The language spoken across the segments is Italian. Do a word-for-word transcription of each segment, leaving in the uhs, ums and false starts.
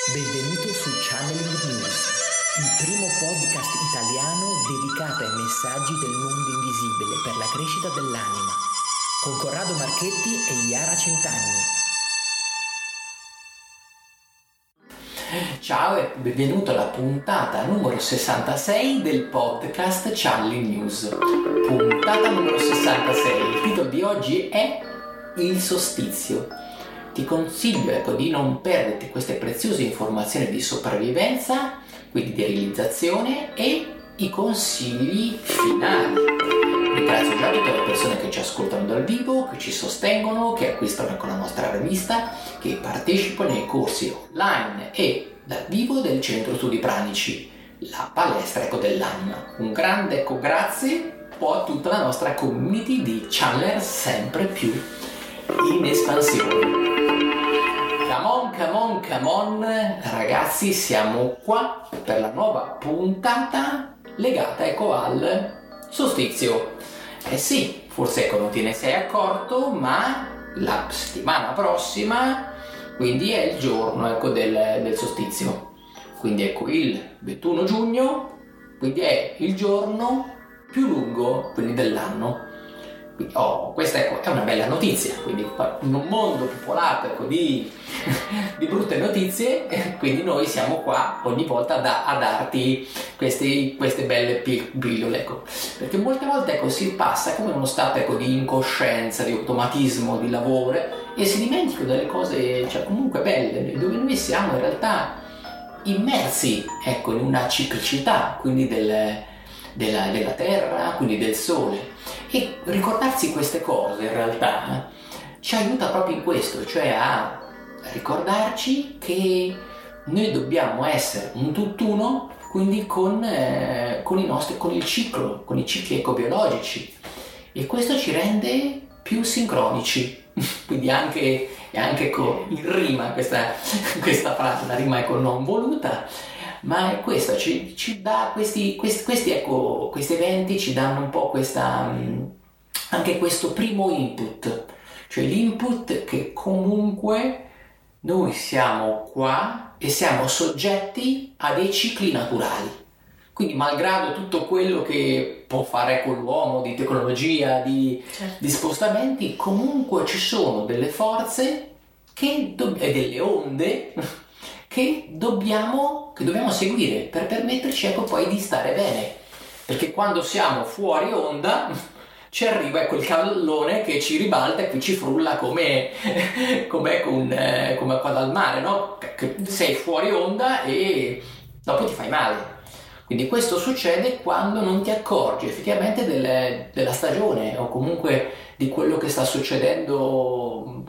Benvenuto su Channeling News, il primo podcast italiano dedicato ai messaggi del mondo invisibile per la crescita dell'anima, con Corrado Marchetti e Iara Centanni. Ciao e benvenuto alla puntata numero sessantasei del podcast Channeling News. Puntata numero sessantasei. Il titolo di oggi è Il solstizio. Ti consiglio ecco, di non perderti queste preziose informazioni di sopravvivenza, quindi di realizzazione e i consigli finali. Ringrazio già tutte le persone che ci ascoltano dal vivo, che ci sostengono, che acquistano con la nostra rivista, che partecipano ai corsi online e dal vivo del Centro Studi Pranici, la palestra ecco, dell'anima. Un grande ecco, grazie poi a tutta la nostra community di channeler sempre più in espansione. Come on, come on, come on, ragazzi, siamo qua per la nuova puntata legata ecco al solstizio. Eh sì, forse ecco non te ne sei accorto, ma la settimana prossima quindi è il giorno ecco del, del solstizio. Quindi ecco il ventuno giugno, quindi è il giorno più lungo quindi dell'anno. Quindi, oh, questa ecco, è una bella notizia, quindi in un mondo popolato ecco, di, di brutte notizie, quindi noi siamo qua ogni volta da, a darti questi, queste belle pillole, ecco. Perché molte volte ecco, si passa come uno stato ecco, di incoscienza, di automatismo, di lavoro e si dimentica delle cose cioè, comunque belle, dove noi siamo in realtà immersi ecco, in una ciclicità, quindi del, della, della terra, quindi del sole. E ricordarsi queste cose in realtà ci aiuta proprio in questo, cioè a ricordarci che noi dobbiamo essere un tutt'uno quindi con, eh, con i nostri, con il ciclo, con i cicli ecobiologici, e questo ci rende più sincronici. Quindi anche, anche con, in rima questa, questa frase, una rima ecco non voluta, ma è questo, ci, ci dà questi, questi, questi, ecco, questi eventi ci danno un po' questa, anche questo primo input, cioè l'input che comunque noi siamo qua e siamo soggetti a dei cicli naturali. Quindi malgrado tutto quello che può fare con l'uomo di tecnologia, di, certo. di spostamenti, comunque ci sono delle forze che do- e delle onde che dobbiamo, che dobbiamo seguire per permetterci ecco poi di stare bene, perché quando siamo fuori onda ci arriva quel cavallone che ci ribalta e qui ci frulla come, come, un, eh, come qua dal mare, no? Che sei fuori onda e dopo ti fai male. Quindi questo succede quando non ti accorgi effettivamente del, della stagione o comunque di quello che sta succedendo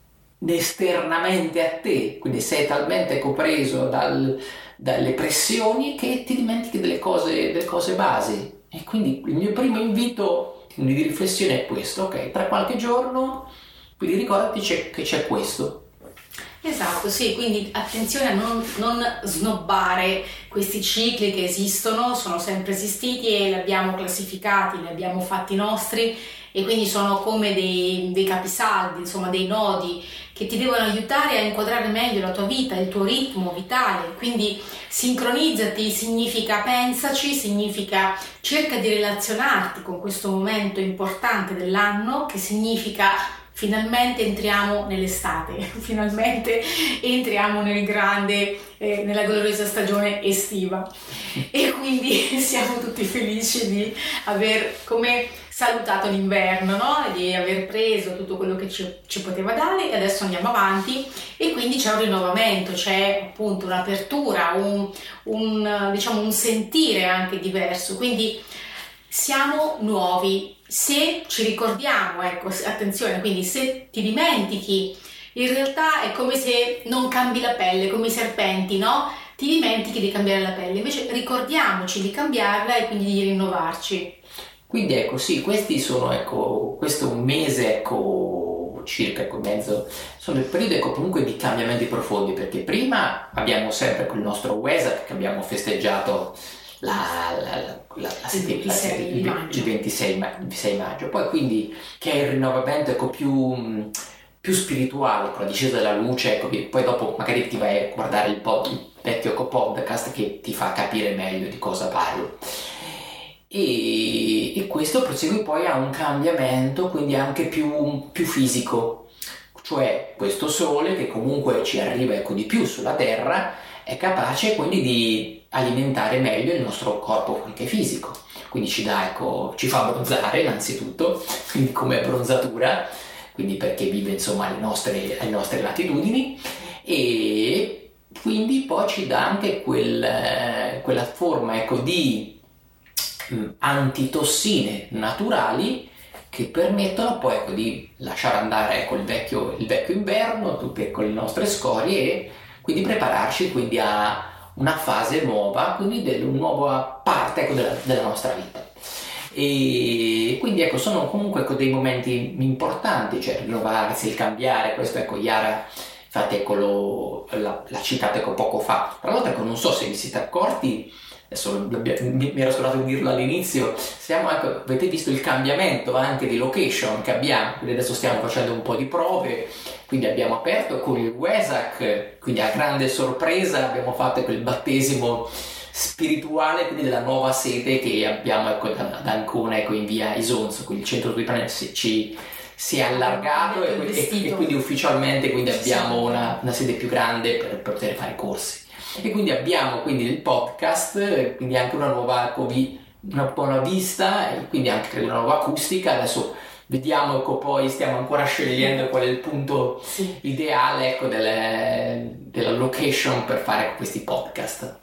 esternamente a te, quindi sei talmente copreso dal, dalle pressioni che ti dimentichi delle cose, delle cose basi. E quindi il mio primo invito quindi, di riflessione è questo, ok? Tra qualche giorno, quindi ricordati c'è, che c'è questo. Esatto, sì, quindi attenzione a non, non snobbare questi cicli che esistono, sono sempre esistiti e li abbiamo classificati, li abbiamo fatti nostri e quindi sono come dei, dei capisaldi, insomma dei nodi che ti devono aiutare a inquadrare meglio la tua vita, il tuo ritmo vitale. Quindi sincronizzati significa pensaci, significa cerca di relazionarti con questo momento importante dell'anno, che significa finalmente entriamo nell'estate, finalmente entriamo nel grande, eh, nella gloriosa stagione estiva e quindi siamo tutti felici di aver come salutato l'inverno, no? Di aver preso tutto quello che ci, ci poteva dare e adesso andiamo avanti e quindi c'è un rinnovamento, c'è appunto un'apertura, un, un, diciamo un sentire anche diverso, quindi siamo nuovi. Se ci ricordiamo, ecco, attenzione, quindi se ti dimentichi, in realtà è come se non cambi la pelle, come i serpenti, no? Ti dimentichi di cambiare la pelle, invece ricordiamoci di cambiarla e quindi di rinnovarci. Quindi ecco, sì, questi sono, ecco, questo è un mese, ecco, circa, ecco, mezzo, sono il periodo, ecco, comunque di cambiamenti profondi, perché prima abbiamo sempre il nostro Wesak che abbiamo festeggiato La, la, la, la, la il, ventisei il, il ventisei maggio, poi quindi che è il rinnovamento ecco, più, più spirituale, con la discesa della luce, ecco, poi dopo magari ti vai a guardare il, pod, il vecchio podcast che ti fa capire meglio di cosa parlo. E, e questo prosegue poi a un cambiamento, quindi anche più, più fisico, cioè questo sole che comunque ci arriva, ecco, di più sulla Terra è capace quindi di alimentare meglio il nostro corpo anche fisico, quindi ci dà, ecco, ci fa abbronzare innanzitutto, quindi come abbronzatura, quindi perché vive insomma alle nostre, alle nostre latitudini, e quindi poi ci dà anche quel, quella forma, ecco, di antitossine naturali che permettono poi, ecco, di lasciare andare, ecco, il vecchio, il vecchio inverno, tutte con le nostre scorie, e quindi prepararci quindi a una fase nuova, quindi del, una nuova parte, ecco, della, della nostra vita. E quindi, ecco, sono comunque, ecco, dei momenti importanti, cioè rinnovarsi, il cambiare. Questo, ecco, Yara infatti, ecco, lo, la, la citate, ecco, poco fa. Tra l'altro, ecco, non so se vi siete accorti, adesso mi, mi era scordato di dirlo all'inizio, siamo, ecco, avete visto il cambiamento anche di location che abbiamo, quindi adesso stiamo facendo un po' di prove, quindi abbiamo aperto con il Wesak, quindi a grande sorpresa abbiamo fatto quel battesimo spirituale, quindi della nuova sede che abbiamo, ecco, da, da Ancona, ecco, in via Isonzo, quindi il centro di Ipanema si, ci, si è allargato e, e, e quindi ufficialmente quindi abbiamo una, una sede più grande per, per poter fare corsi. E quindi abbiamo quindi il podcast, quindi anche una nuova, una buona vista, e quindi anche, credo, una nuova acustica. Adesso vediamo, ecco, poi stiamo ancora scegliendo qual è il punto sì. ideale, ecco, delle, della location per fare questi podcast.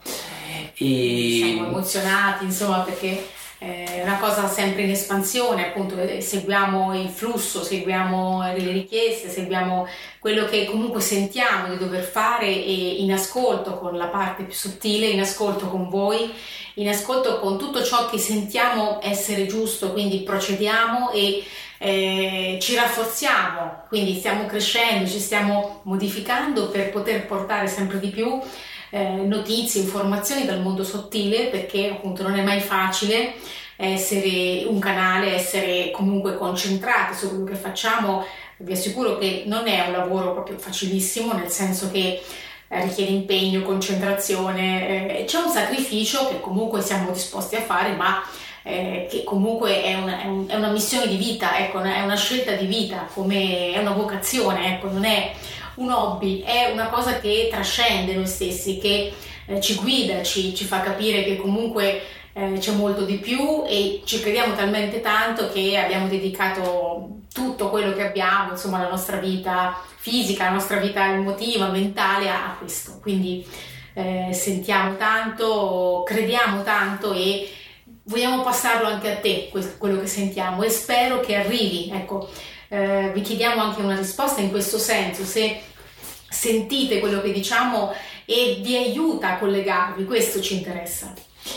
E siamo emozionati, insomma, perché è una cosa sempre in espansione, appunto, seguiamo il flusso, seguiamo le richieste, seguiamo quello che comunque sentiamo di dover fare, e in ascolto con la parte più sottile, in ascolto con voi, in ascolto con tutto ciò che sentiamo essere giusto, quindi procediamo e eh, ci rafforziamo, quindi stiamo crescendo, ci stiamo modificando per poter portare sempre di più Eh, notizie, informazioni dal mondo sottile, perché appunto non è mai facile essere un canale, essere comunque concentrati su quello che facciamo. Vi assicuro che non è un lavoro proprio facilissimo, nel senso che eh, richiede impegno, concentrazione, eh, c'è un sacrificio che comunque siamo disposti a fare, ma eh, che comunque è una, è, un, è una missione di vita, ecco, è una scelta di vita, come è una vocazione, ecco, non è un hobby, è una cosa che trascende noi stessi, che eh, ci guida, ci, ci fa capire che comunque eh, c'è molto di più, e ci crediamo talmente tanto che abbiamo dedicato tutto quello che abbiamo, insomma, la nostra vita fisica, la nostra vita emotiva, mentale a, a questo. Quindi eh, sentiamo tanto, crediamo tanto e vogliamo passarlo anche a te, questo, quello che sentiamo, e spero che arrivi, ecco. Eh, vi chiediamo anche una risposta in questo senso, se sentite quello che diciamo e vi aiuta a collegarvi, questo ci interessa.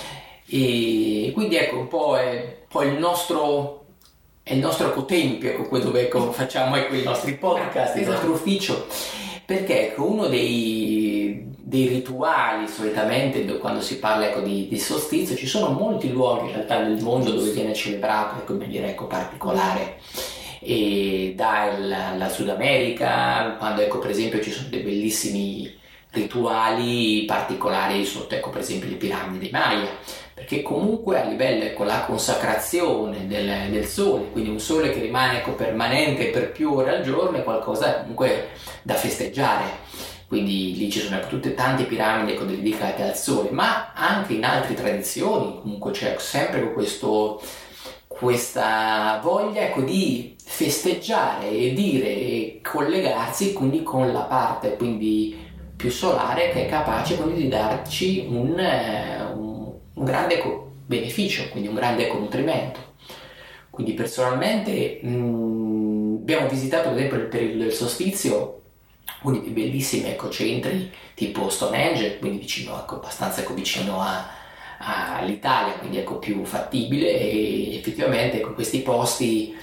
E quindi, ecco, un po' è poi il nostro è il nostro ecotempio, ecco, qui dove, ecco, facciamo, ecco, i nostri podcast, il nostro ufficio, perché, ecco, uno dei, dei rituali solitamente quando si parla, ecco, di, di solstizio, ci sono molti luoghi in realtà nel mondo dove viene celebrato, ecco, in maniera, ecco, particolare, e dalla Sud America, quando, ecco, per esempio ci sono dei bellissimi rituali particolari sotto, ecco, per esempio le piramidi dei Maya, perché comunque a livello, ecco, la consacrazione del, del sole, quindi un sole che rimane, ecco, permanente per più ore al giorno, è qualcosa comunque da festeggiare. Quindi lì ci sono, ecco, tutte tante piramidi, ecco, dedicate al sole, ma anche in altre tradizioni comunque c'è sempre questo questa voglia, ecco, di festeggiare e dire e collegarsi quindi con la parte quindi più solare, che è capace quindi di darci un, un, un grande beneficio, quindi un grande nutrimento. Quindi personalmente mh, abbiamo visitato ad esempio il periodo del solstizio uno dei bellissimi, ecco, centri tipo Stonehenge, quindi vicino, ecco, abbastanza, ecco, vicino a all'Italia, quindi, ecco, più fattibile, e effettivamente con questi posti,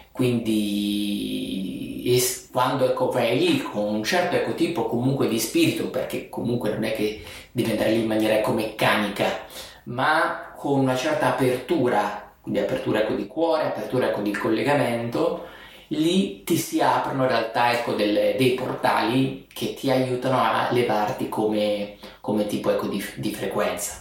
quindi es- quando, ecco, vai lì con un certo, ecco, tipo comunque di spirito, perché comunque non è che devi andare lì in maniera, ecco, meccanica, ma con una certa apertura, quindi apertura, ecco, di cuore, apertura, ecco, di collegamento, lì ti si aprono in realtà ecco, delle, dei portali che ti aiutano a levarti come, come tipo ecco, di, di frequenza.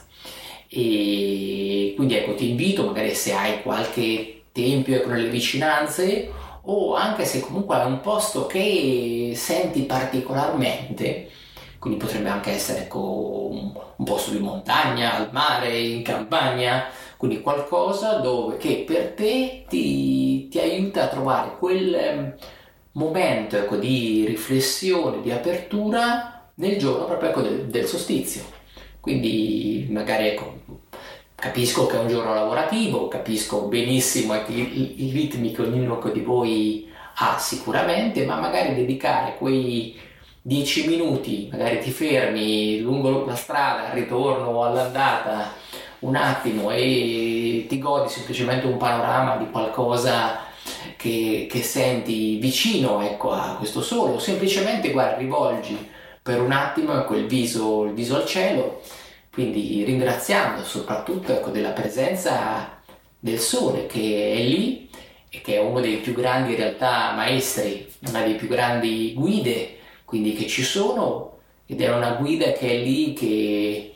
E quindi ecco, ti invito, magari se hai qualche tempio ecco, nelle vicinanze, o anche se comunque hai un posto che senti particolarmente, quindi potrebbe anche essere ecco, un, un posto di montagna, al mare, in campagna, quindi qualcosa dove che per te ti, ti aiuta a trovare quel momento ecco, di riflessione, di apertura nel giorno proprio ecco, del, del solstizio. Quindi magari ecco, capisco che è un giorno lavorativo, capisco benissimo ecco, i, i ritmi che ognuno di voi ha sicuramente, ma magari dedicare quei dieci minuti, magari ti fermi lungo la strada, al ritorno o all'andata, un attimo e ti godi semplicemente un panorama di qualcosa che, che senti vicino ecco, a questo sole, o semplicemente guarda, rivolgi per un attimo ecco, il, viso, il viso al cielo, quindi ringraziando soprattutto ecco, della presenza del sole che è lì e che è uno dei più grandi in realtà maestri, una delle più grandi guide quindi che ci sono, ed è una guida che è lì, che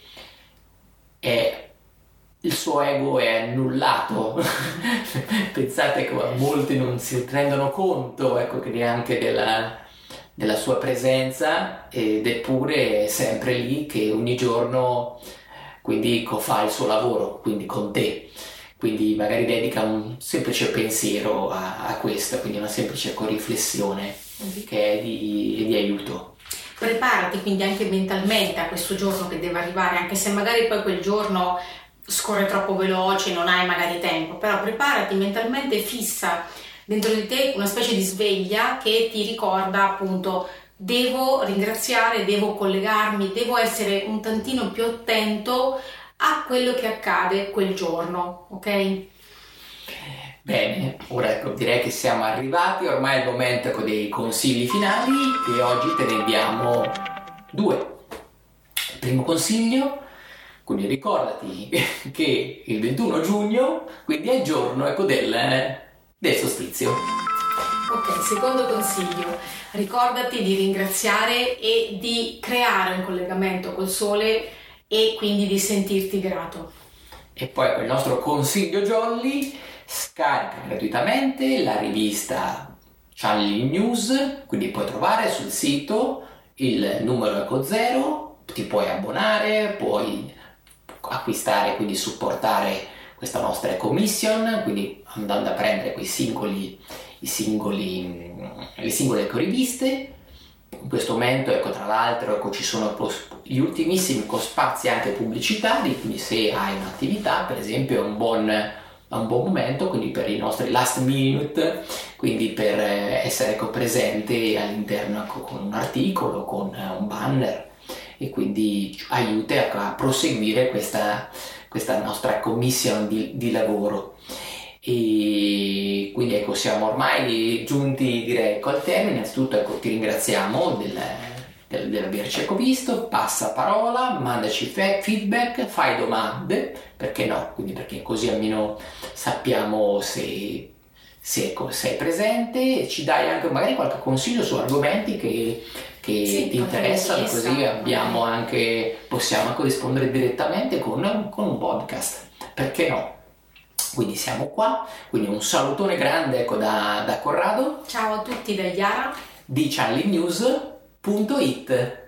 è il suo ego è annullato. Pensate che molti non si rendono conto ecco, che neanche della, della sua presenza, ed eppure è sempre lì che ogni giorno quindi fa il suo lavoro quindi con te, quindi magari dedica un semplice pensiero a, a questa, quindi una semplice riflessione che è di, di aiuto. Preparati quindi anche mentalmente a questo giorno che deve arrivare, anche se magari poi quel giorno scorre troppo veloce, non hai magari tempo, però preparati mentalmente, fissa dentro di te una specie di sveglia che ti ricorda appunto devo ringraziare, devo collegarmi, devo essere un tantino più attento a quello che accade quel giorno, ok? Bene, ora ecco, direi che siamo arrivati ormai al momento ecco, dei consigli finali, e oggi te ne diamo due. Il primo consiglio: quindi ricordati che il ventuno giugno quindi è il giorno ecco, del, del solstizio. Ok, secondo consiglio: ricordati di ringraziare e di creare un collegamento col sole e quindi di sentirti grato. E poi con il nostro consiglio jolly: scarica gratuitamente la rivista Challenge News, quindi puoi trovare sul sito il numero Eco Zero, ti puoi abbonare, puoi acquistare, quindi supportare questa nostra Eco Mission, quindi andando a prendere quei singoli, i singoli, le singole eco riviste. In questo momento, ecco, tra l'altro, ecco, ci sono gli ultimissimi spazi anche pubblicitari, quindi se hai un'attività, per esempio, è un buon, è un buon momento, quindi per i nostri last minute, quindi per essere ecco, presente all'interno ecco, con un articolo, con un banner, e quindi aiuta a proseguire questa, questa nostra commission di, di lavoro. E quindi ecco, siamo ormai giunti direi ecco, al termine. Innanzitutto ecco, ti ringraziamo del, del, dell'averci ecco, visto, passa parola, mandaci fe- feedback, fai domande, perché no? Quindi perché così almeno sappiamo se, se ecco, sei presente, e ci dai anche magari qualche consiglio su argomenti che che sì, ti interessano, così abbiamo anche, possiamo anche rispondere direttamente con, con un podcast, perché no? Quindi siamo qua, quindi un salutone grande ecco, da, da Corrado. Ciao a tutti da Iara di challenge news punto it.